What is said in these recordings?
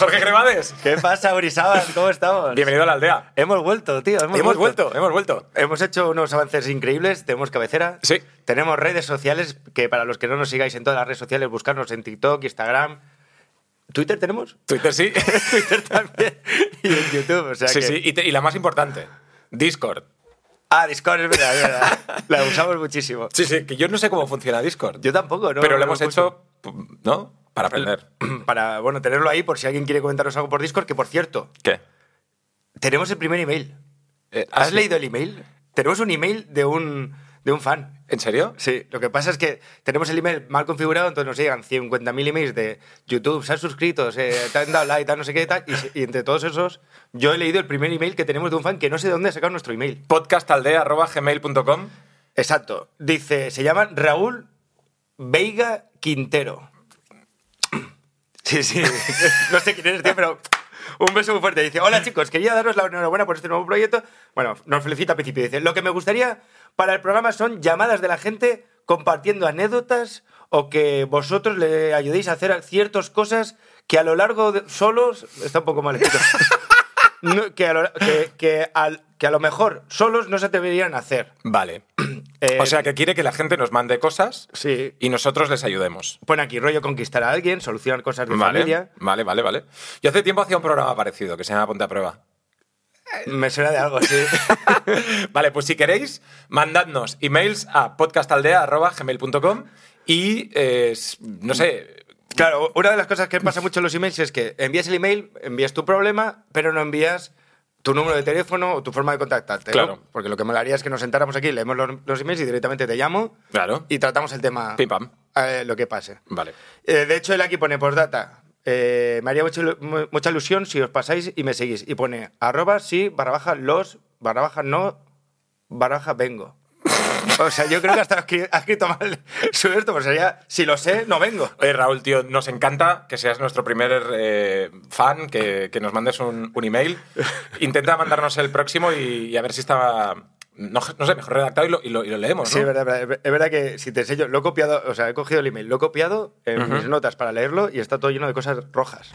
Jorge Cremades. ¿Qué pasa, Urizábal? ¿Cómo estamos? Bienvenido a la aldea. Hemos vuelto, tío. Hemos vuelto. Hemos hecho unos avances increíbles. Tenemos cabecera. Sí. Tenemos redes sociales, que para los que no nos sigáis en todas las redes sociales, buscarnos en TikTok, Instagram. ¿Twitter tenemos? Twitter sí. Twitter también. Y en YouTube, o sea Sí, que... sí. Y la más importante, Discord. Ah, Discord, es verdad. La usamos muchísimo. Sí, sí, que yo no sé cómo funciona Discord. Yo tampoco, ¿no? Pero lo No hemos he puesto. hecho, ¿no? Para aprender. Para, bueno, tenerlo ahí por si alguien quiere comentarnos algo por Discord, que por cierto, ¿Qué? tenemos el primer email. ¿Has ¿Has leído el email? Tenemos un email de un fan. ¿En serio? Sí, lo que pasa es que tenemos el email mal configurado, entonces nos llegan 50.000 emails de YouTube, se han suscrito, te han dado like, tal, no sé qué, tal, y entre todos esos, yo he leído el primer email que tenemos de un fan que no sé de dónde ha sacado nuestro email. podcastaldea@gmail.com. Exacto. Dice, se llama Raúl Veiga Quintero. Sí, sí. No sé quién eres, tío, pero un beso muy fuerte. Dice, hola chicos, quería daros la enhorabuena por este nuevo proyecto. Bueno, nos felicita al principio. Dice, lo que me gustaría para el programa son llamadas de la gente compartiendo anécdotas o que vosotros le ayudéis a hacer ciertas cosas que a lo largo de... solos... Está un poco mal escrito. No, que a lo mejor solos no se atreverían a hacer. Vale. O sea, que quiere que la gente nos mande cosas Sí. y nosotros les ayudemos. Pone aquí, rollo conquistar a alguien, solucionar cosas de familia. Vale. Yo hace tiempo hacía un programa parecido que se llama Ponte a Prueba. Me suena de algo, sí. Vale, pues si queréis, mandadnos emails a podcastaldea@gmail.com y, no sé... Claro, una de las cosas que pasa mucho en los emails es que envías el email, envías tu problema, pero no envías tu número de teléfono o tu forma de contactarte. Claro. ¿no? Porque lo que molaría es que nos sentáramos aquí, leemos los emails y directamente te llamo Claro. y tratamos el tema, Pim, pam. lo que pase. Vale. De hecho, él aquí pone postdata. Me haría mucha ilusión si os pasáis y me seguís. Y pone @sí, /los, /no, /vengo. O sea, yo creo que hasta ha escrito mal su esto, pues sería, si lo sé, no vengo. Oye, Raúl, tío, nos encanta que seas nuestro primer fan, que nos mandes un email. Intenta mandarnos el próximo y a ver si está, no sé, mejor redactado y lo leemos, ¿no? Sí, es verdad que si te enseño, lo he copiado, o sea, he cogido el email, lo he copiado en mis notas para leerlo y está todo lleno de cosas rojas.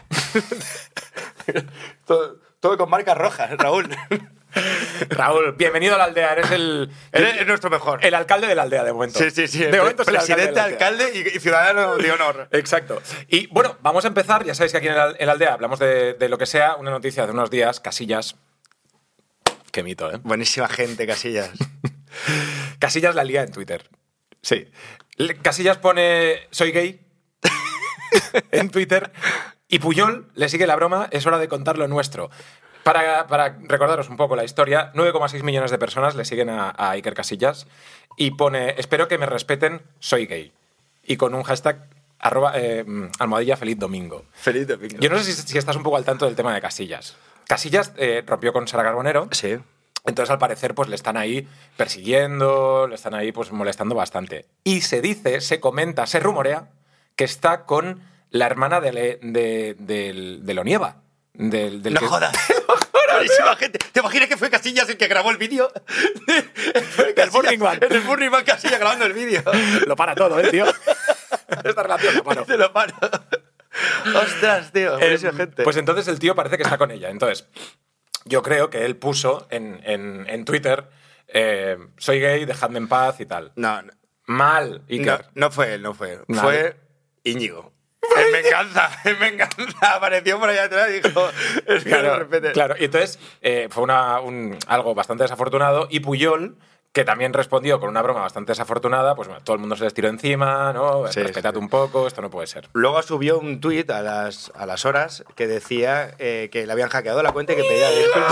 todo con marcas rojas, Raúl. Raúl, bienvenido a la aldea. Eres nuestro mejor. El alcalde de la aldea, de momento. Sí. De momento es el Presidente, alcalde alcalde y ciudadano de honor. Exacto. Y bueno, vamos a empezar. Ya sabéis que aquí en la aldea hablamos de lo que sea. Una noticia de unos días, Casillas. Qué mito, ¿eh? Buenísima gente, Casillas. Casillas la lía en Twitter. Sí. Casillas pone soy gay en Twitter y Puyol le sigue la broma, es hora de contar lo nuestro. Para recordaros un poco la historia, 9,6 millones de personas le siguen a Iker Casillas y pone espero que me respeten, soy gay. Y con un hashtag almohadilla feliz domingo. Feliz domingo. Yo no sé si estás un poco al tanto del tema de Casillas. Casillas rompió con Sara Carbonero. Sí. Entonces, al parecer, pues le están ahí persiguiendo, le están ahí pues molestando bastante. Y se dice, se comenta, se rumorea que está con la hermana de Lonieva. No jodas. Buenísima gente. ¿Te imaginas que fue Casillas el que grabó el vídeo? Del Burning Man. En el Burning Man, Casillas grabando el vídeo. Lo para todo, tío. Esta relación lo paro. Te lo paro. Ostras, tío. Buenísima gente. Pues entonces el tío parece que está con ella. Entonces, yo creo que él puso en Twitter soy gay, dejadme en paz y tal. No. Mal, Iker. No fue él, no fue. Nadie. Fue Íñigo. En venganza. Apareció por allá atrás y dijo... Es que de repente... Claro, y entonces fue algo bastante desafortunado y Puyol, que también respondió con una broma bastante desafortunada, pues bueno, todo el mundo se les tiró encima, ¿no? Sí, Respetad sí. un poco, esto no puede ser. Luego subió un tuit a las horas que decía que le habían hackeado la cuenta y que pedía disculpas.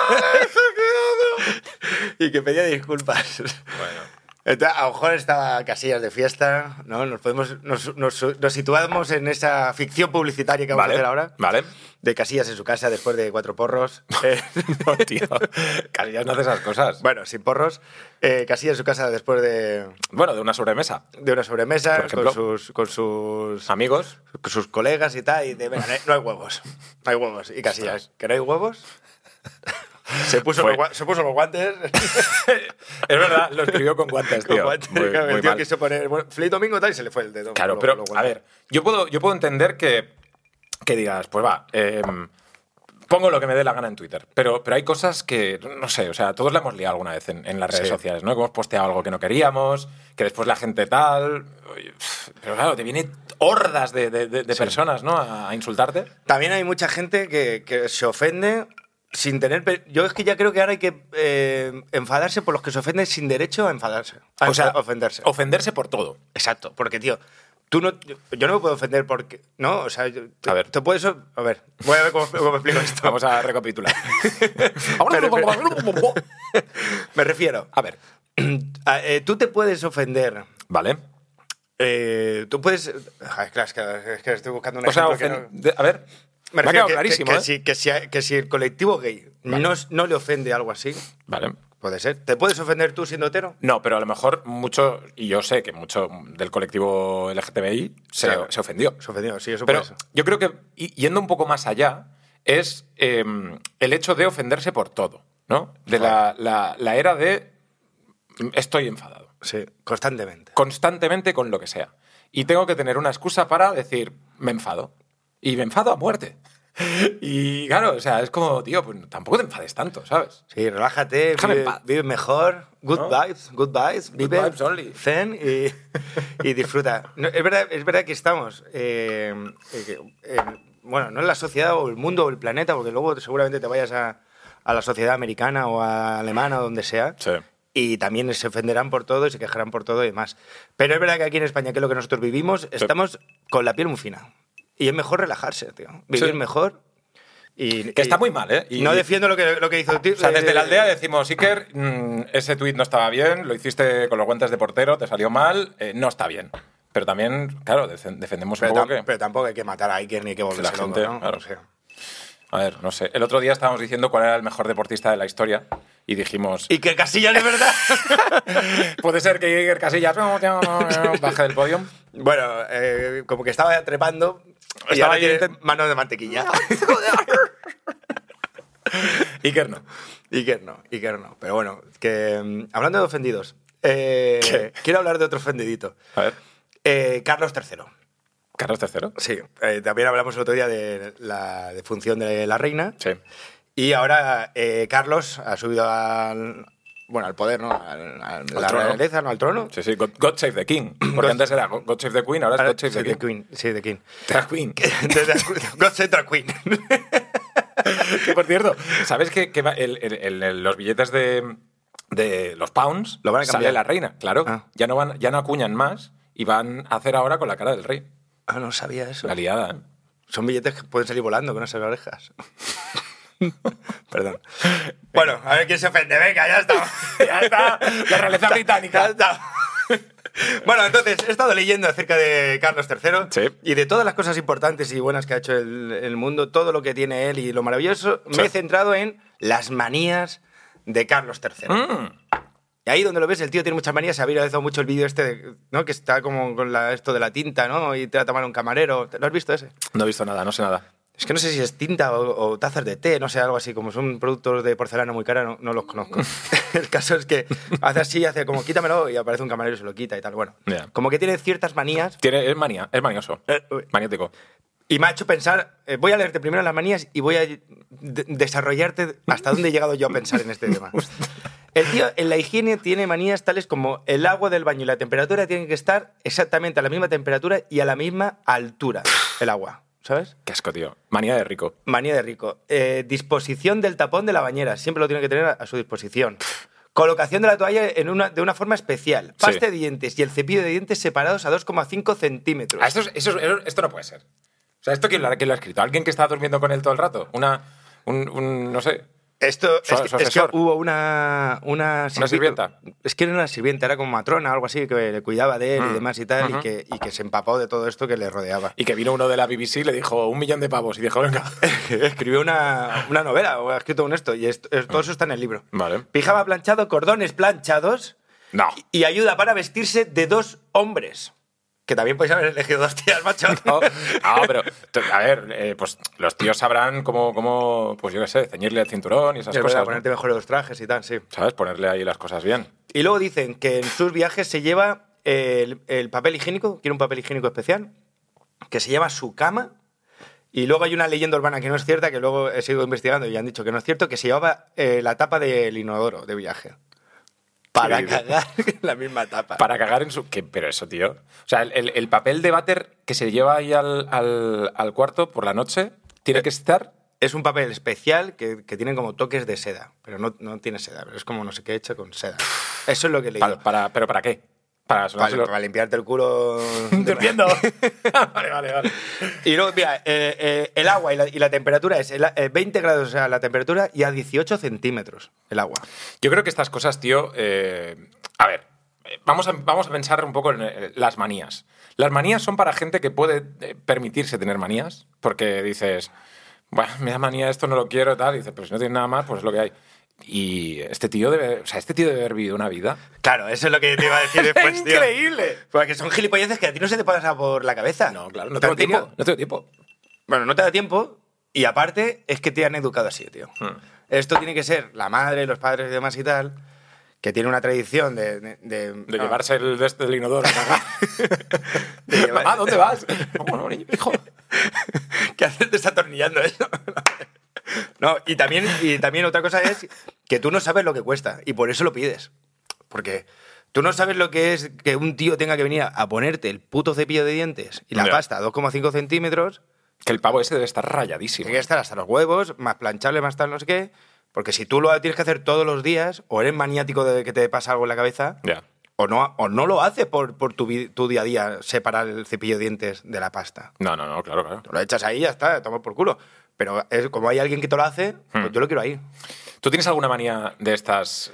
Y que pedía disculpas. Bueno. Entonces, a lo mejor estaba Casillas de fiesta, ¿no? Nos situamos en esa ficción publicitaria que vamos a hacer ahora. Vale. De Casillas en su casa después de 4 porros. No, tío. Casillas no hace esas cosas. Bueno, sin porros. Casillas en su casa después de una sobremesa. una Por sobremesa ejemplo. con sus Amigos. con sus colegas y tal. Y de, venga, no hay huevos. No hay huevos. Y Casillas, ¿que no hay huevos? Se puso los guantes. Es verdad, lo escribió con guantes, tío. Con guantes. Muy- Claro, muy el tío mal. quiso poner feliz domingo tal y se le fue el dedo. Claro, Los pero guantes. a ver, yo puedo entender que que digas, pues va, pongo lo que me dé la gana en Twitter. Pero hay cosas que, no sé, o sea, todos la hemos liado alguna vez en las redes sociales, ¿no? Que hemos posteado algo que no queríamos, que después la gente tal... Pero claro, te vienen hordas de personas, ¿no? A insultarte. También hay mucha gente que se ofende sin tener... Yo es que ya creo que ahora hay que enfadarse por los que se ofenden sin derecho a enfadarse. A ofenderse. Ofenderse por todo. Exacto, porque, tío, tú no... Yo no me puedo ofender porque... ¿No? O sea, A ver. te puedes... A ver, voy a ver cómo explico esto. Vamos a recapitular. Me refiero... A ver. Tú te puedes ofender... Vale. Tú puedes... Claro, es que estoy buscando un O sea, ejemplo que no... a ver... Me Me ha refiero quedado clarísimo, que si el colectivo gay Vale. no le ofende algo así, Vale. puede ser. ¿Te puedes ofender tú siendo hetero? No, pero a lo mejor mucho, y yo sé que mucho del colectivo LGTBI Claro. se ofendió. Se ofendió, sí, eso Pero puede ser. yo creo que, yendo un poco más allá, es el hecho de ofenderse por todo, ¿no? De la era de estoy enfadado. Sí, constantemente. Constantemente con lo que sea. Y tengo que tener una excusa para decir, me enfado. Y me enfado a muerte. Y claro, o sea, es como, tío, pues tampoco te enfades tanto, ¿sabes? Sí, relájate, Déjame en paz. vive mejor, good ¿No? vibes, vive vibes only. zen y disfruta. No, es verdad que estamos, bueno, no en la sociedad o el mundo o el planeta, porque luego seguramente te vayas a la sociedad americana o a alemana o donde sea. Sí. Y también se ofenderán por todo y se quejarán por todo y demás. Pero es verdad que aquí en España, que es lo que nosotros vivimos, estamos con la piel muy fina. Y es mejor relajarse, tío. Vivir Sí. mejor. Y está muy mal, ¿eh? Y- no defiendo lo que hizo el tío. O sea, desde la aldea decimos, Iker, ese tuit no estaba bien, lo hiciste con los guantes de portero, te salió mal, no está bien. Pero también, claro, defendemos un poco que... Pero tampoco hay que matar a Iker ni hay que volverse la loco, gente, ¿no? claro. O sea, A ver, no sé. El otro día estábamos diciendo cuál era el mejor deportista de la historia y dijimos... Iker Casillas, de verdad. Puede ser que Iker Casillas baje del podio. Bueno, como que estaba trepando y Estaba ahora ahí- tiene manos de mantequilla. Iker no. Iker no. Pero bueno, que hablando de ofendidos, quiero hablar de otro ofendidito. A ver. Carlos III. ¿Carlos III? Sí, también hablamos el otro día de la defunción de la reina. Sí. Y ahora Carlos ha subido al poder, ¿no? A la trono. realeza, ¿no? Al trono. Sí, sí. God Save the King. Porque antes era God Save the Queen, ahora es God Save the King. Sí, The King. The Queen. God Save the Queen. Que por cierto, ¿sabes que los billetes de los pounds Lo van a sale cambiar. la reina? Claro. Ah. Ya no acuñan más y van a hacer ahora con la cara del rey. Ah, no sabía eso. La liada, ¿eh? Son billetes que pueden salir volando con esas orejas. Perdón. Bueno, a ver quién se ofende. Venga, ya está. Ya está. La realeza Ya británica. está. Bueno, entonces, he estado leyendo acerca de Carlos III Sí. y de todas las cosas importantes y buenas que ha hecho el mundo, todo lo que tiene él y lo maravilloso, Sí. me he centrado en las manías de Carlos III. Y ahí donde lo ves, el tío tiene muchas manías. Se ha viralizado mucho el vídeo este, ¿no? Que está como con esto de la tinta, ¿no? Y trata mal a un camarero. ¿Lo has visto ese? No he visto nada, no sé nada. Es que no sé si es tinta o tazas de té, no sé, algo así. Como son productos de porcelana muy cara, no los conozco. El caso es que hace así, hace como quítamelo y aparece un camarero y se lo quita y tal. Bueno, Ya. como que tiene ciertas manías. Es manioso. Uy. Maniático. Y me ha hecho pensar, voy a leerte primero las manías y voy a desarrollarte hasta dónde he llegado yo a pensar en este tema. El tío en la higiene tiene manías tales como el agua del baño y la temperatura tienen que estar exactamente a la misma temperatura y a la misma altura, el agua, ¿sabes? Qué asco, tío. Manía de rico. Manía de rico. Disposición del tapón de la bañera, siempre lo tiene que tener a su disposición. Colocación de la toalla de una forma especial. Pasta de dientes y el cepillo de dientes separados a 2,5 centímetros. Ah, esto no puede ser. O sea, ¿esto quién lo ha escrito? ¿Alguien que está durmiendo con él todo el rato? No sé. Esto Su es que asesor. hubo una sirvienta. Es que no era una sirvienta, era como matrona, algo así, que le cuidaba de él y demás y tal, Ujú. y que se empapó de todo esto que le rodeaba. Y que vino uno de la BBC y le dijo 1 millón de pavos y dijo, venga. Escribió una novela o ha escrito un esto, y todo eso está en el libro. Vale. Pijama planchado, cordones planchados No. y ayuda para vestirse de 2 hombres. Que también podéis haber elegido 2 tías, macho. No, pero, a ver, pues los tíos sabrán cómo, pues yo qué sé, ceñirle el cinturón y esas Es verdad, cosas. ¿no? ponerte mejor los trajes y tal, sí. ¿Sabes? Ponerle ahí las cosas bien. Y luego dicen que en sus viajes se lleva el papel higiénico, quiere un papel higiénico especial, que se llama su cama Y luego hay una leyenda urbana que no es cierta, que luego he seguido investigando y han dicho que no es cierto, que se llevaba la tapa del inodoro de viaje. Para ¿Qué dices? cagar en la misma tapa. Para cagar en su... Pero eso, tío. O sea, el papel de váter que se lleva ahí al cuarto por la noche tiene que estar... Es un papel especial que tiene como toques de seda, pero no tiene seda, pero es como no sé qué hecho con seda. Eso es lo que he leído. ¿Pero para qué? Para limpiarte el culo. Te entiendo. Vale. Y luego, mira, el agua y la temperatura es 20 grados, o sea, la temperatura, y a 18 centímetros el agua. Yo creo que estas cosas, tío... a ver, vamos a pensar un poco en las manías. Las manías son para gente que puede permitirse tener manías, porque dices, bueno, me da manía esto, no lo quiero, tal, y dices, pero si no tienes nada más, pues es lo que hay. Y este tío debe haber vivido una vida... Claro, eso es lo que te iba a decir después, tío. ¡Increíble! Porque son gilipolleces que a ti no se te pasa por la cabeza. No, claro, no tengo tiempo. Bueno, no te da tiempo y aparte es que te han educado así, tío. Esto tiene que ser la madre, los padres y demás y tal, que tiene una tradición de llevarse el inodoro a cagar. Mamá, ¿dónde vas? ¿Cómo no, niño, hijo? ¿Qué haces desatornillando eso? No, y también otra cosa es que tú no sabes lo que cuesta y por eso lo pides. Porque tú no sabes lo que es que un tío tenga que venir a ponerte el puto cepillo de dientes y la pasta 2,5 centímetros. Que el pavo ese debe estar rayadísimo. Tiene que estar hasta los huevos, más planchable, más tal, no sé qué. Porque si tú lo tienes que hacer todos los días, o eres maniático de que te pasa algo en la cabeza, o no lo haces por tu día a día, separar el cepillo de dientes de la pasta. No, claro. Tú lo echas ahí y ya está, toma por culo. Pero como hay alguien que te lo hace, pues yo lo quiero ahí. ¿Tú tienes alguna manía de estas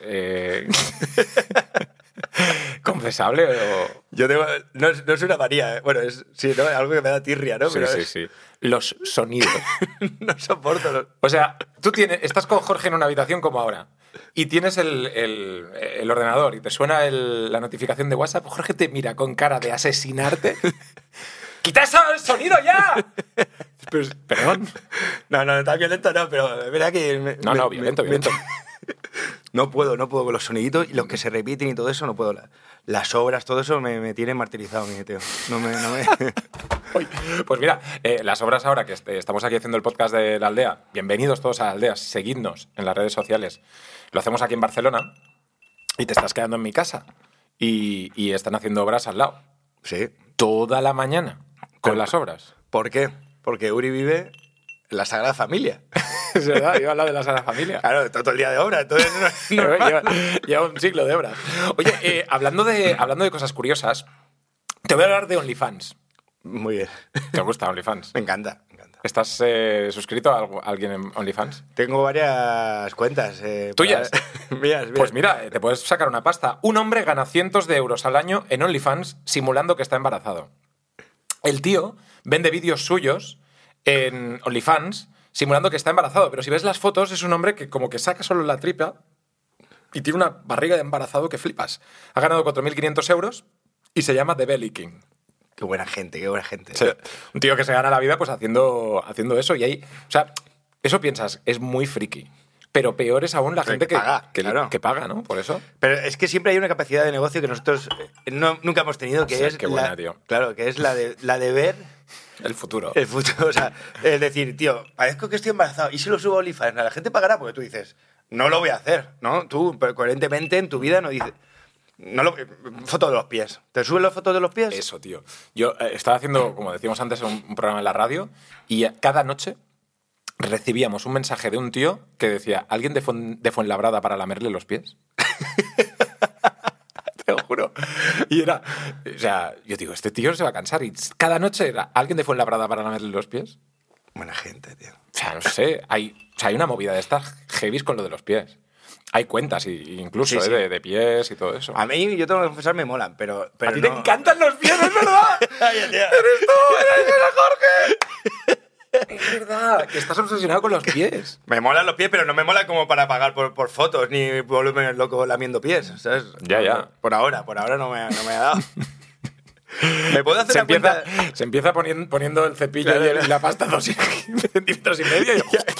confesable o...? Yo tengo... No es una manía, ¿eh? Bueno, sí, ¿no? Algo que me da tirria, ¿no? Sí. Los sonidos. No soporto los... O sea, estás con Jorge en una habitación como ahora y tienes el ordenador y te suena la notificación de WhatsApp, Jorge te mira con cara de asesinarte. ¡Quita ese sonido ya! Perdón. No, tan violento no, pero es verdad que... violento. No puedo con los soniditos y los que se repiten y todo eso, no puedo. Las obras, todo eso me tiene martirizado, mi tío. No me... Pues mira, las obras ahora que estamos aquí haciendo el podcast de La Aldea, bienvenidos todos a La Aldea, seguidnos en las redes sociales. Lo hacemos aquí en Barcelona y te estás quedando en mi casa y están haciendo obras al lado. Sí. Toda la mañana con las obras. ¿Por qué? Porque Uri vive en la Sagrada Familia. Es verdad, iba a hablar de la Sagrada Familia. Claro, todo el día de obra, entonces lleva un siglo de obras. Oye, hablando de cosas curiosas, te voy a hablar de OnlyFans. Muy bien. ¿Te gusta OnlyFans? Me encanta. ¿Estás suscrito a alguien en OnlyFans? Tengo varias cuentas. ¿Tuyas? Mías. Pues mira, te puedes sacar una pasta. Un hombre gana cientos de euros al año en OnlyFans simulando que está embarazado. El tío vende vídeos suyos en OnlyFans simulando que está embarazado, pero si ves las fotos es un hombre que como que saca solo la tripa y tiene una barriga de embarazado que flipas. Ha ganado 4.500 euros y se llama The Belly King. Qué buena gente. Sí. Un tío que se gana la vida pues haciendo eso y ahí... O sea, eso piensas, es muy friki. Pero peor es aún la gente que paga, ¿no? Por eso. Pero es que siempre hay una capacidad de negocio que nosotros nunca hemos tenido, que es... Qué buena, tío. Claro, que es la de ver... El futuro. O sea, es decir, tío, parezco que estoy embarazado y si lo subo a OnlyFans, la gente pagará porque tú dices, no lo voy a hacer, ¿no? Tú, pero coherentemente en tu vida no dices... Foto de los pies. ¿Te suben las fotos de los pies? Eso, tío. Yo estaba haciendo, como decíamos antes, un programa en la radio y cada noche recibíamos un mensaje de un tío que decía, ¿alguien de Fuenlabrada para lamerle los pies? Te lo juro. Y era... O sea, yo digo, este tío se va a cansar. Y cada noche era, ¿alguien de Fuenlabrada para lamerle los pies? Buena gente, tío. O sea, no sé. Hay una movida de estas heavies con lo de los pies. Hay cuentas incluso sí. De pies y todo eso. A mí, yo tengo que confesar, me molan, pero a ti no... te encantan los pies, ¿es verdad? ¡Eres tú! Jorge! Es verdad, que estás obsesionado con los pies. Me molan los pies, pero no me mola como para pagar por fotos ni volverme loco lamiendo pies, ¿sabes? Ya. Por ahora no me ha dado. ¿Me puedo hacer se empieza poniendo el cepillo y la pasta 2,5 centímetros y medio.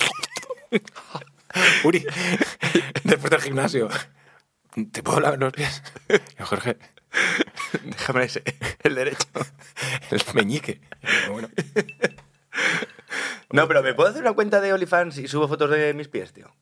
Uri, después del gimnasio, ¿te puedo lavar los pies? Yo, Jorge, déjame el derecho. El meñique. Bueno. No, pero ¿me puedo hacer una cuenta de OnlyFans y subo fotos de mis pies, tío?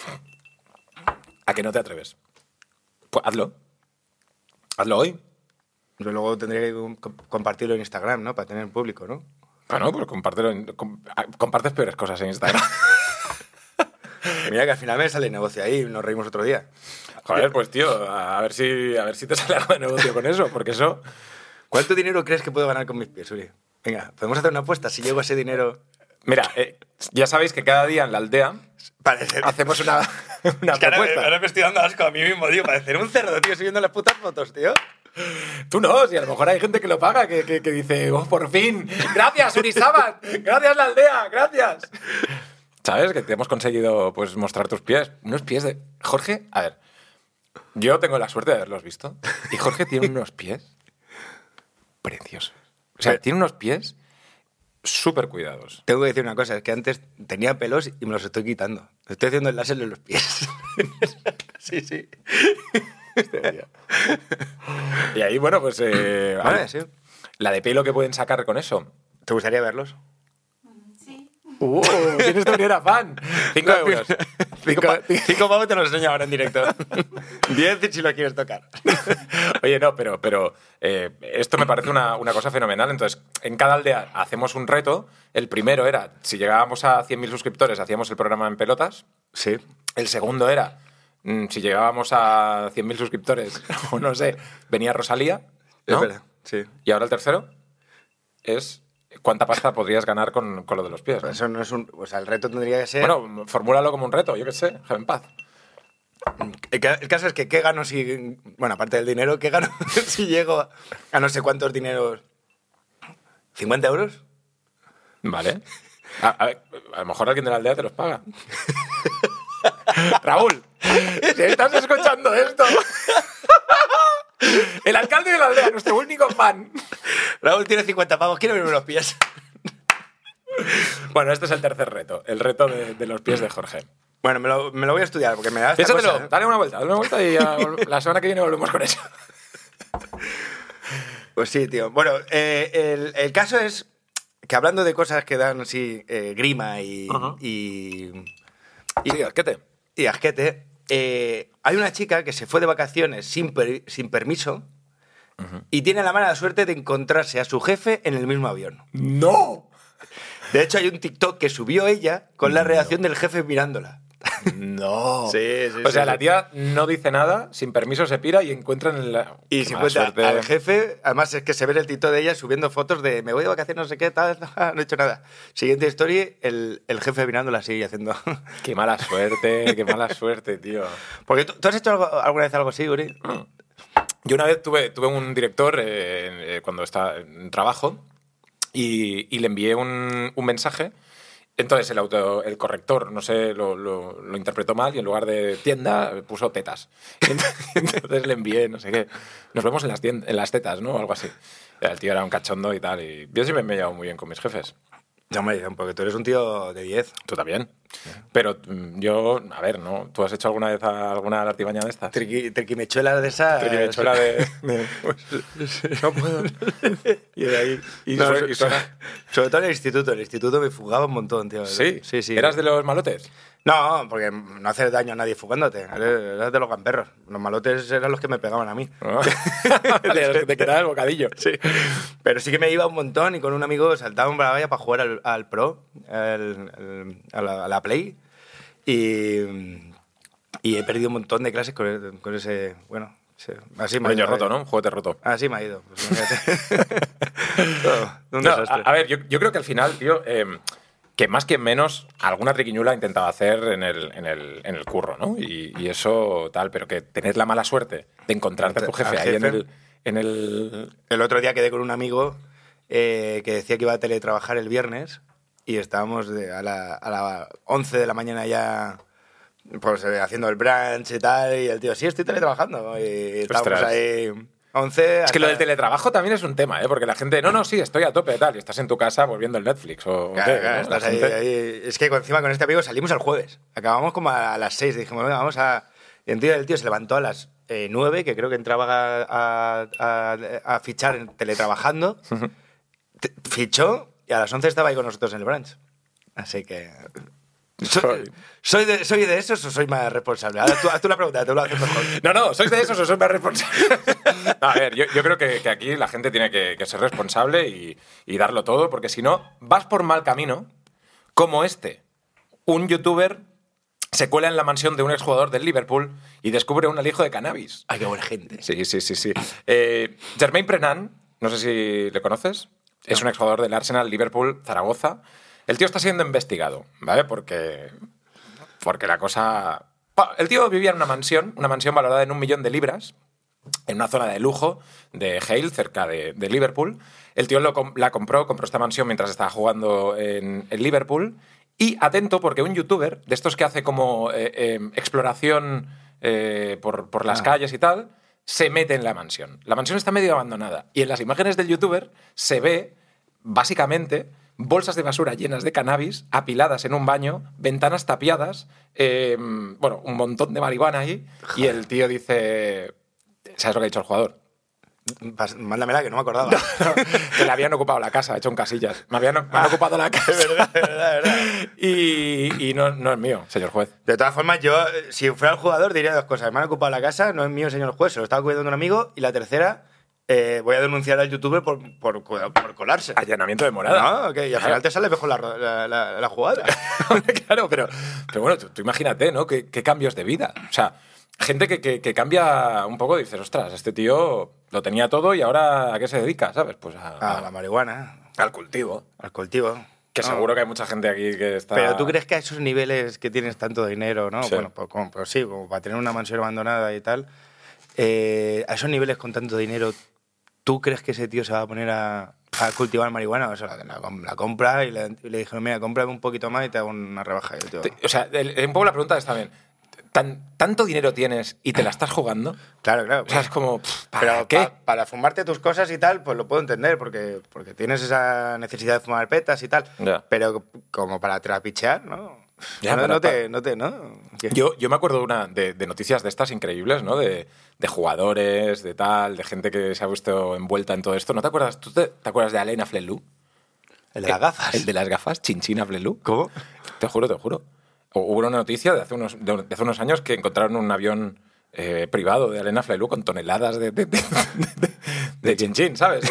¿A que no te atreves? Pues hazlo. Hazlo hoy. Pero luego tendría que compartirlo en Instagram, ¿no? Para tener público, ¿no? Bueno, pues compártelo. Compartes peores cosas en Instagram. Mira que al final me sale negocio ahí, nos reímos otro día. Joder, pues tío, a ver si te sale algo de negocio con eso, porque eso... ¿Cuánto dinero crees que puedo ganar con mis pies, Uri? Venga, podemos hacer una apuesta. Si llego a ese dinero... Mira, ya sabéis que cada día en la aldea hacemos una Es que propuesta. ahora me estoy dando asco a mí mismo, tío. Parecer un cerdo, tío, subiendo las putas fotos, tío. Tú no, si a lo mejor hay gente que lo paga, que dice, oh, por fin, gracias, Urizaban, gracias la aldea, gracias. ¿Sabes? Que te hemos conseguido pues mostrar tus pies. Unos pies de... Jorge, a ver, yo tengo la suerte de haberlos visto. Y Jorge tiene unos pies preciosos. O sea, tiene unos pies súper cuidados. Tengo que decir una cosa, es que antes tenía pelos y me los estoy quitando. Estoy haciendo el láser en los pies. Sí, sí. Y ahí, bueno, pues... Vale, sí. La de pelo que pueden sacar con eso. ¿Te gustaría verlos? Sí. Tienes que venir a fan. 5 euros. 5 pavos te los enseño ahora en directo. 10 si lo quieres tocar. Oye, no, pero esto me parece una cosa fenomenal. Entonces, en cada aldea hacemos un reto. El primero era, si llegábamos a 100.000 suscriptores, hacíamos el programa en pelotas. Sí. El segundo era, si llegábamos a 100.000 suscriptores, o no sé, venía Rosalía, ¿no? Es verdad, sí. Y ahora el tercero es cuánta pasta podrías ganar con lo de los pies, ¿no? Eso no es un... O sea, el reto tendría que ser... Bueno, formúlalo como un reto, yo qué sé, déjame en paz. El caso es que ¿qué gano si... Bueno, aparte del dinero, ¿qué gano si llego a no sé cuántos dineros? ¿50 euros? Vale. A lo mejor alguien de la aldea te los paga. Raúl, si estás escuchando esto... El alcalde de la aldea, nuestro único fan. Raúl tiene 50 pavos, quiero verme los pies. Bueno, este es el tercer reto, el reto de los pies de Jorge. Bueno, me lo voy a estudiar porque me da esta Piénsatelo, cosa, ¿eh? dale una vuelta y ya la semana que viene volvemos con eso. Pues sí, tío. Bueno, el caso es que hablando de cosas que dan así grima y Sí, asquete. y asquete, hay una chica que se fue de vacaciones sin permiso y tiene la mala suerte de encontrarse a su jefe en el mismo avión. ¡No! De hecho, hay un TikTok que subió ella con la reacción del jefe mirándola. No. Sí, sí, O sea, sí, la sí. tía no dice nada, sin permiso se pira y encuentran en la... Y Qué se mala encuentra suerte. al jefe, además es que se ve en el TikTok de ella subiendo fotos de me voy de vacaciones, no sé qué, tal, no he hecho nada. Siguiente story, el jefe mirándola así y haciendo... Qué mala suerte, tío. Porque ¿tú has hecho alguna vez algo así, Uri? Yo una vez tuve un director cuando estaba en trabajo y le envié un mensaje. Entonces el corrector, no sé, lo interpretó mal y en lugar de tienda puso tetas. Entonces le envié, no sé qué, nos vemos en las tetas, ¿no? O algo así. El tío era un cachondo y tal. Y yo siempre me he llevado muy bien con mis jefes. No, hombre, porque tú eres un tío de 10. Tú también. Pero yo, a ver, ¿no? ¿Tú has hecho alguna vez alguna artimaña de estas? Triquimechuela de esa... Triquimechuela de... No puedo. Y de ahí... Y No, suena... sobre todo en el instituto. En el instituto me fugaba un montón, tío. ¿Sí? Sí, sí. ¿Eras de los malotes? No, porque no hace daño a nadie fugándote. Eras de los gamperros. Los malotes eran los que me pegaban a mí. De los que te quedaba el bocadillo. Sí. Pero sí que me iba un montón y con un amigo saltábamos para la valla para jugar al Pro, a la Play. Y he perdido un montón de clases con ese... Bueno, así me ha Niño ido. roto, ¿no? Un juguete roto. Así me ha ido. Pues, imagínate. Un No, desastre. a ver, yo creo que al final, tío, que más que menos, alguna triquiñula intentaba hacer en el curro, ¿no? Y eso tal, pero que tener la mala suerte de encontrarte a tu jefe Al ahí jefe. en el... El otro día quedé con un amigo que decía que iba a teletrabajar el viernes y estábamos a las 11 de la mañana ya pues, haciendo el brunch y tal, y el tío, sí, estoy teletrabajando. Y estábamos Ostras. ahí 11 Es que lo del teletrabajo también es un tema, ¿eh? Porque la gente, no, sí, estoy a tope, tal, y estás en tu casa volviendo el Netflix o Claro, qué, claro, ¿no? La estás ahí, gente- ahí. Es que encima con este amigo salimos el jueves. Acabamos como a las 6. Dijimos, venga, vamos a... Y el tío se levantó a las 9, que creo que entraba a fichar teletrabajando. Fichó y a las 11 estaba ahí con nosotros en el brunch. Así que... ¿Soy de esos o soy más responsable? Ahora haz tú la pregunta, te lo haces mejor. No, ¿sois de esos o sois más responsables? A ver, yo creo que aquí la gente tiene que ser responsable y darlo todo, porque si no, vas por mal camino, como un youtuber se cuela en la mansión de un exjugador del Liverpool y descubre un alijo de cannabis. Ay, qué buena gente. Sí. Jermaine Prenant, no sé si le conoces, es un exjugador del Arsenal, Liverpool, Zaragoza. El tío está siendo investigado, ¿vale? Porque la cosa... El tío vivía en una mansión valorada en 1 millón de libras, en una zona de lujo de Hale, cerca de Liverpool. El tío compró esta mansión mientras estaba jugando en Liverpool. Y atento, porque un youtuber, de estos que hace como exploración por las calles y tal, se mete en la mansión. La mansión está medio abandonada. Y en las imágenes del youtuber se ve, básicamente, bolsas de basura llenas de cannabis, apiladas en un baño, ventanas tapiadas, un montón de marihuana ahí. Y el tío dice... ¿Sabes lo que ha dicho el jugador? Mándamela, que no me acordaba. Que le habían ocupado la casa, hecho en casillas. Me han ocupado la casa. verdad. Y no es mío, señor juez. De todas formas, yo, si fuera el jugador, diría 2 cosas. Me han ocupado la casa, no es mío, señor juez, se lo estaba cuidando un amigo. Y la tercera, voy a denunciar al youtuber por colarse. Allanamiento de morada. No, y al final te sale mejor la jugada. Claro, pero bueno, tú imagínate, ¿no? ¿Qué cambios de vida? O sea, gente que cambia un poco, dices, ostras, este tío lo tenía todo y ahora ¿a qué se dedica? ¿Sabes? Pues a la marihuana. Al cultivo. Al cultivo. Que seguro que hay mucha gente aquí que está... Pero ¿tú crees que a esos niveles que tienes tanto dinero, no? Sí. Bueno, pues como para tener una mansión abandonada y tal, a esos niveles con tanto dinero, ¿tú crees que ese tío se va a poner a cultivar marihuana? O sea, la compra y le dijeron, mira, cómprame un poquito más y te hago una rebaja. Y el tío, O sea, un poco la pregunta es también, ¿tanto dinero tienes y te la estás jugando? Claro. O sea, es como, ¿para qué? Para fumarte tus cosas y tal, pues lo puedo entender, porque tienes esa necesidad de fumar petas y tal. Ya. Pero como para trapichear, ¿no? Ya, ¿No? Yo me acuerdo de noticias de estas increíbles, ¿no? De jugadores, de tal, de gente que se ha visto envuelta en todo esto. ¿No te acuerdas? ¿Tú te acuerdas de Alain Flelou? El de las gafas. El de las gafas, Chinchina Flelou. ¿Cómo? Te juro. Hubo una noticia de hace unos años que encontraron un avión privado de Alain Flelou con toneladas de chinchín, ¿sabes?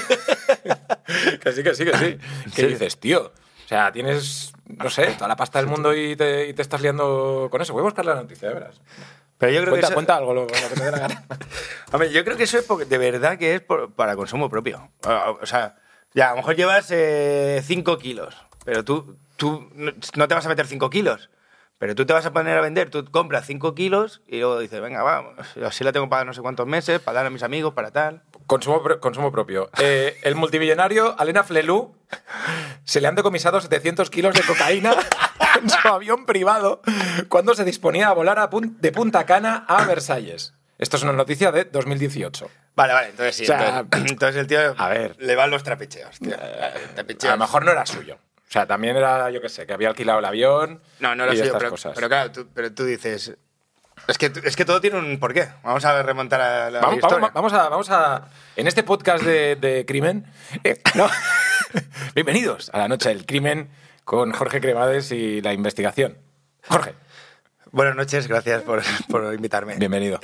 Que sí. ¿Qué dices, tío? O sea, tienes, no sé, toda la pasta del mundo y te estás liando con eso. Voy a buscar la noticia, de veras. Pero yo creo que cuenta algo, lo que te dé la gana. Hombre, yo creo que eso es de verdad que es para consumo propio. O sea, ya, a lo mejor llevas 5 kilos, pero tú no te vas a meter 5 kilos. Pero tú te vas a poner a vender, tú compras 5 kilos y luego dices, venga, vamos, así la tengo para no sé cuántos meses, para dar a mis amigos, para tal. Consumo propio. El multimillonario Alain Flelou se le han decomisado 700 kilos de cocaína en su avión privado cuando se disponía a volar de Punta Cana a Versalles. Esto es una noticia de 2018. Vale, entonces sí. O sea, entonces el tío a ver, le van los trapicheos, tío. A lo mejor no era suyo. O sea, también era, yo qué sé, que había alquilado el avión. No era y suyo, estas pero, cosas. pero claro, tú dices... Es que todo tiene un porqué. Vamos a remontar a la historia. Vamos a... En este podcast de crimen... no. Bienvenidos a la noche del crimen con Jorge Cremades y la investigación. Jorge. Buenas noches, gracias por invitarme. Bienvenido.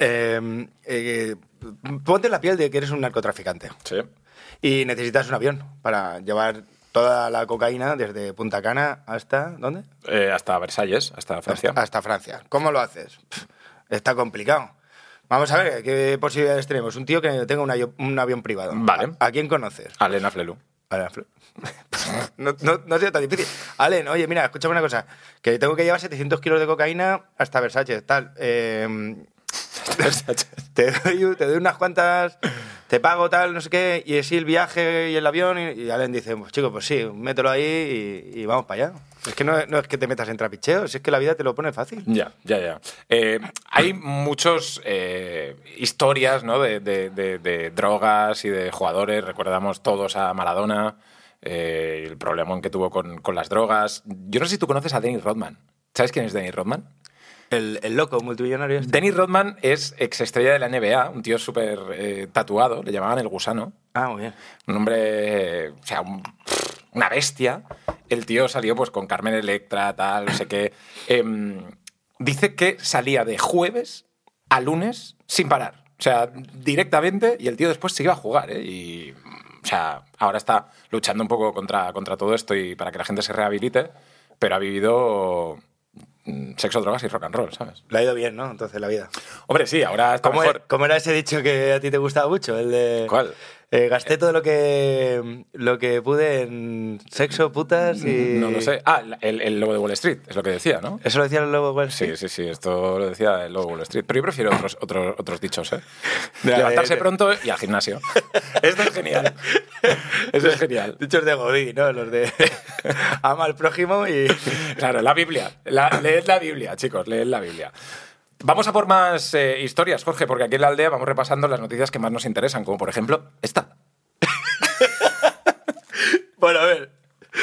Ponte en la piel de que eres un narcotraficante. Sí. Y necesitas un avión para llevar toda la cocaína desde Punta Cana hasta... ¿Dónde? Hasta Versalles, hasta Francia. Hasta Francia. ¿Cómo lo haces? Está complicado. Vamos a ver, ¿qué posibilidades tenemos? Un tío que tenga un avión privado. Vale. ¿A quién conoces? Alain Flelou. No ha sido tan difícil. Alain, oye, mira, escúchame una cosa. Que tengo que llevar 700 kilos de cocaína hasta Versalles, tal. Te doy unas cuantas, te pago tal, no sé qué, y así el viaje y el avión. Y Alain dice, pues chico, pues sí, mételo ahí y vamos para allá. Es que no es que te metas en trapicheos, es que la vida te lo pone fácil. Ya. Hay muchas historias, ¿no? de drogas y de jugadores. Recordamos todos a Maradona, el problemón que tuvo con las drogas. Yo no sé si tú conoces a Dennis Rodman. ¿Sabes quién es Dennis Rodman? El loco multimillonario este. Dennis Rodman es exestrella de la NBA, un tío súper tatuado, le llamaban el gusano. Ah, muy bien. Un hombre, o sea, una bestia. el tío salió pues con Carmen Electra, tal, no sé qué. Dice que salía de jueves a lunes sin parar. O sea, directamente, y el tío después se iba a jugar, ¿eh? Y, o sea, ahora está luchando un poco contra todo esto y para que la gente se rehabilite, pero ha vivido sexo, drogas y rock and roll, ¿sabes? Le ha ido bien, ¿no? Entonces, la vida. Hombre, sí, ahora está mejor. ¿Cómo era ese dicho que a ti te gustaba mucho? El de... ¿Cuál? Gasté todo lo que pude en sexo, putas y... No lo sé. Ah, el lobo de Wall Street, es lo que decía, ¿no? ¿Eso lo decía el lobo de Wall Street? Sí, esto lo decía el lobo de Wall Street. Pero yo prefiero otros dichos, ¿eh? De- Levantarse de- pronto y al gimnasio. Esto es genial. Eso es genial. Dichos de Godí, ¿no? Los de ama al prójimo y... Claro, la Biblia. Leed la Biblia, chicos, leed la Biblia. Vamos a por más historias, Jorge, porque aquí en la aldea vamos repasando las noticias que más nos interesan, como por ejemplo esta. Bueno, a ver.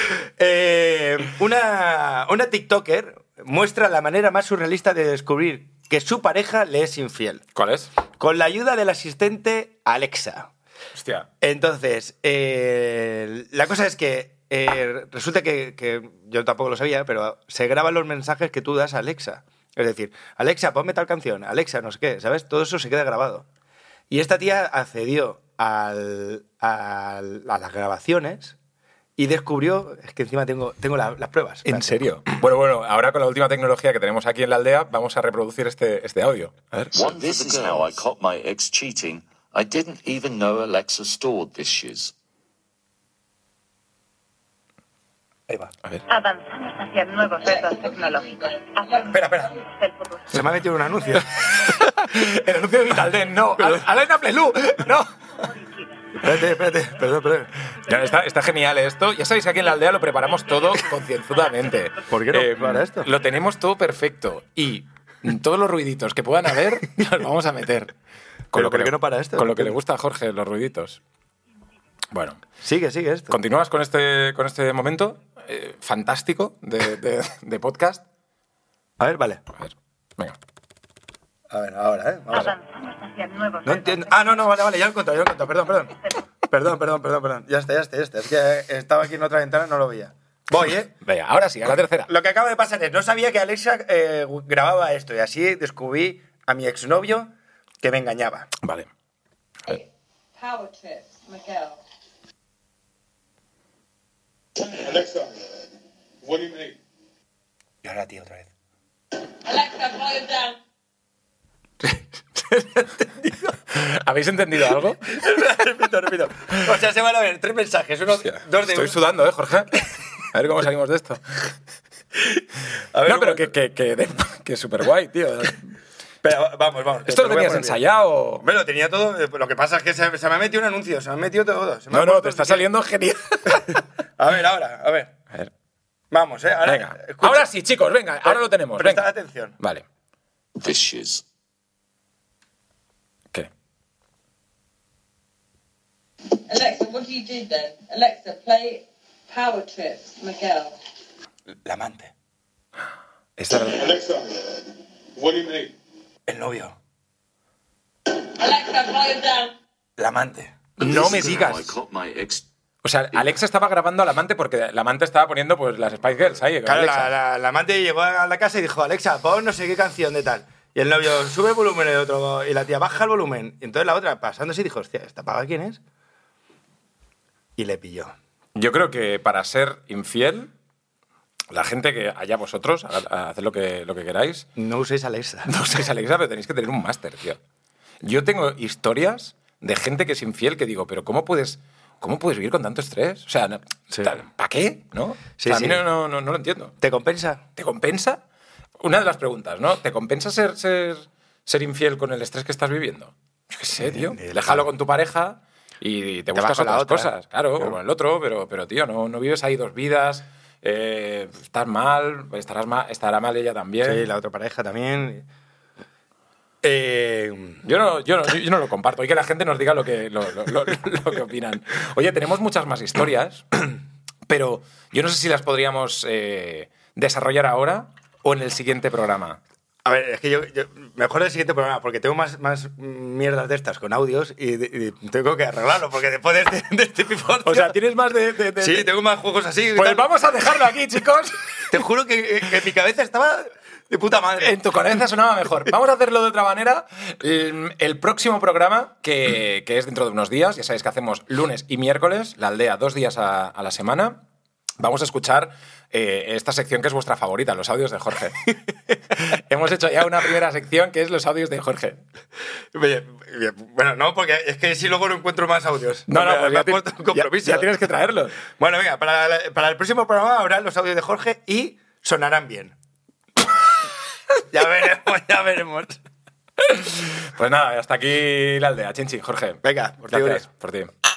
Una TikToker muestra la manera más surrealista de descubrir que su pareja le es infiel. ¿Cuál es? Con la ayuda del asistente Alexa. Hostia. Entonces, la cosa es que resulta que yo tampoco lo sabía, pero se graban los mensajes que tú das a Alexa. Es decir, Alexa, ponme tal canción, Alexa, no sé qué, ¿sabes? Todo eso se queda grabado. Y esta tía accedió a las grabaciones y descubrió, es que encima tengo las pruebas. ¿En serio? Bueno, ahora con la última tecnología que tenemos aquí en la aldea, vamos a reproducir este audio. A ver. This is how I caught my ex cheating. I didn't even know Alexa stored this shiz. Ahí va. A ver. Avanzamos hacia nuevos retos tecnológicos. Espera. El futuro. Se me ha metido un anuncio. El anuncio de Vitalden, no. Alaina Plelú, no. Espérate, perdón. Ya, está genial esto. Ya sabéis que aquí en la aldea lo preparamos todo concienzudamente. ¿Por qué no para esto? Lo tenemos todo perfecto. Y todos los ruiditos que puedan haber, los vamos a meter. ¿Pero por qué no para esto? Con lo que le gusta a Jorge, los ruiditos. Bueno, Sigue esto. ¿continúas con este momento fantástico de podcast? A ver, vale. A ver, venga. A ver, ahora, ¿eh? Vamos. Avanzamos hacia nuevos No retos entiendo. Ah, no, vale, ya lo he encontrado. Perdón. Ya está. Es que estaba aquí en otra ventana y no lo veía. Voy, ¿eh? Venga, ahora sí, a la tercera. Lo que acaba de pasar es, no sabía que Alexa grababa esto y así descubrí a mi exnovio que me engañaba. Vale. Power trips, Miguel. Alexa, what do you mean? Y ahora a ti otra vez. Alexa, volume down. ¿Habéis entendido algo? repito. O sea, se van a ver 3 mensajes, dos de Estoy uno. sudando, Jorge. A ver cómo salimos de esto. A ver, No, pero que es súper guay, tío. Pero vamos. ¿Esto lo te voy a tenías poner bien. ensayado? Hombre, lo tenía todo. Lo que pasa es que se me ha metido un anuncio, se me ha metido todo. Se me ha No, puesto te está así que- saliendo genial. A ver, ahora, a ver. A ver, Vamos, Ahora, venga. escucha. Ahora sí, chicos, venga, ahora lo tenemos. Prestad Venga. atención. Vale. This shiz. ¿Qué? Alexa, what do you do then? Alexa, play Power trips, Miguel. La amante. Esta era- Alexa, what do you mean? El novio. Alexa, volume down. La amante. No me This is how I digas. caught my ex. O sea, Alexa estaba grabando al amante porque la amante estaba poniendo pues las Spice Girls ahí. con Claro, Alexa. la amante llegó a la casa y dijo, Alexa, pon no sé qué canción de tal. Y el novio, sube el volumen, el otro, y la tía, baja el volumen. Y entonces la otra, pasándose, dijo, hostia, ¿esta paga quién es? Y le pilló. Yo creo que para ser infiel, la gente que allá vosotros, haced lo que queráis, No uséis Alexa. no sois Alexa, pero tenéis que tener un máster, tío. Yo tengo historias de gente que es infiel que digo, pero ¿cómo puedes vivir con tanto estrés? O sea, Sí. ¿para qué? ¿No? Sí, O sea, a mí sí. no lo entiendo. ¿Te compensa? ¿Te compensa? Una de las preguntas, ¿no? ¿Te compensa ser infiel con el estrés que estás viviendo? Yo qué sé, tío. Déjalo con tu pareja y te buscas vas con la otras otra. cosas. Claro, o con el otro, pero tío, no vives ahí 2 vidas. Estás mal, estará mal ella también. Sí, la otra pareja también. Yo no lo comparto. Y que la gente nos diga lo que opinan. Oye, tenemos muchas más historias, pero yo no sé si las podríamos desarrollar ahora o en el siguiente programa. A ver, es que yo mejor el siguiente programa, porque tengo más mierdas de estas con audios y tengo que arreglarlo, porque después de este pifote... O sea, tienes más de... Sí, tengo más juegos así. y Pues tal. vamos a dejarlo aquí, chicos. Te juro que mi cabeza estaba de puta madre. En tu cabeza sonaba mejor. Vamos a hacerlo de otra manera. El próximo programa, que es dentro de unos días, ya sabéis que hacemos lunes y miércoles, La Aldea, 2 días a la semana. Vamos a escuchar esta sección que es vuestra favorita, los audios de Jorge. Hemos hecho ya una primera sección que es los audios de Jorge. Bueno, no, porque es que si luego no encuentro más audios. No, pues ya, he puesto un compromiso. ya tienes que traerlos. Bueno, venga, para el próximo programa habrá los audios de Jorge y sonarán bien. Ya veremos. Pues nada, hasta aquí La Aldea. Chinchi, Jorge. Venga, por ti, Gracias Uri. por ti.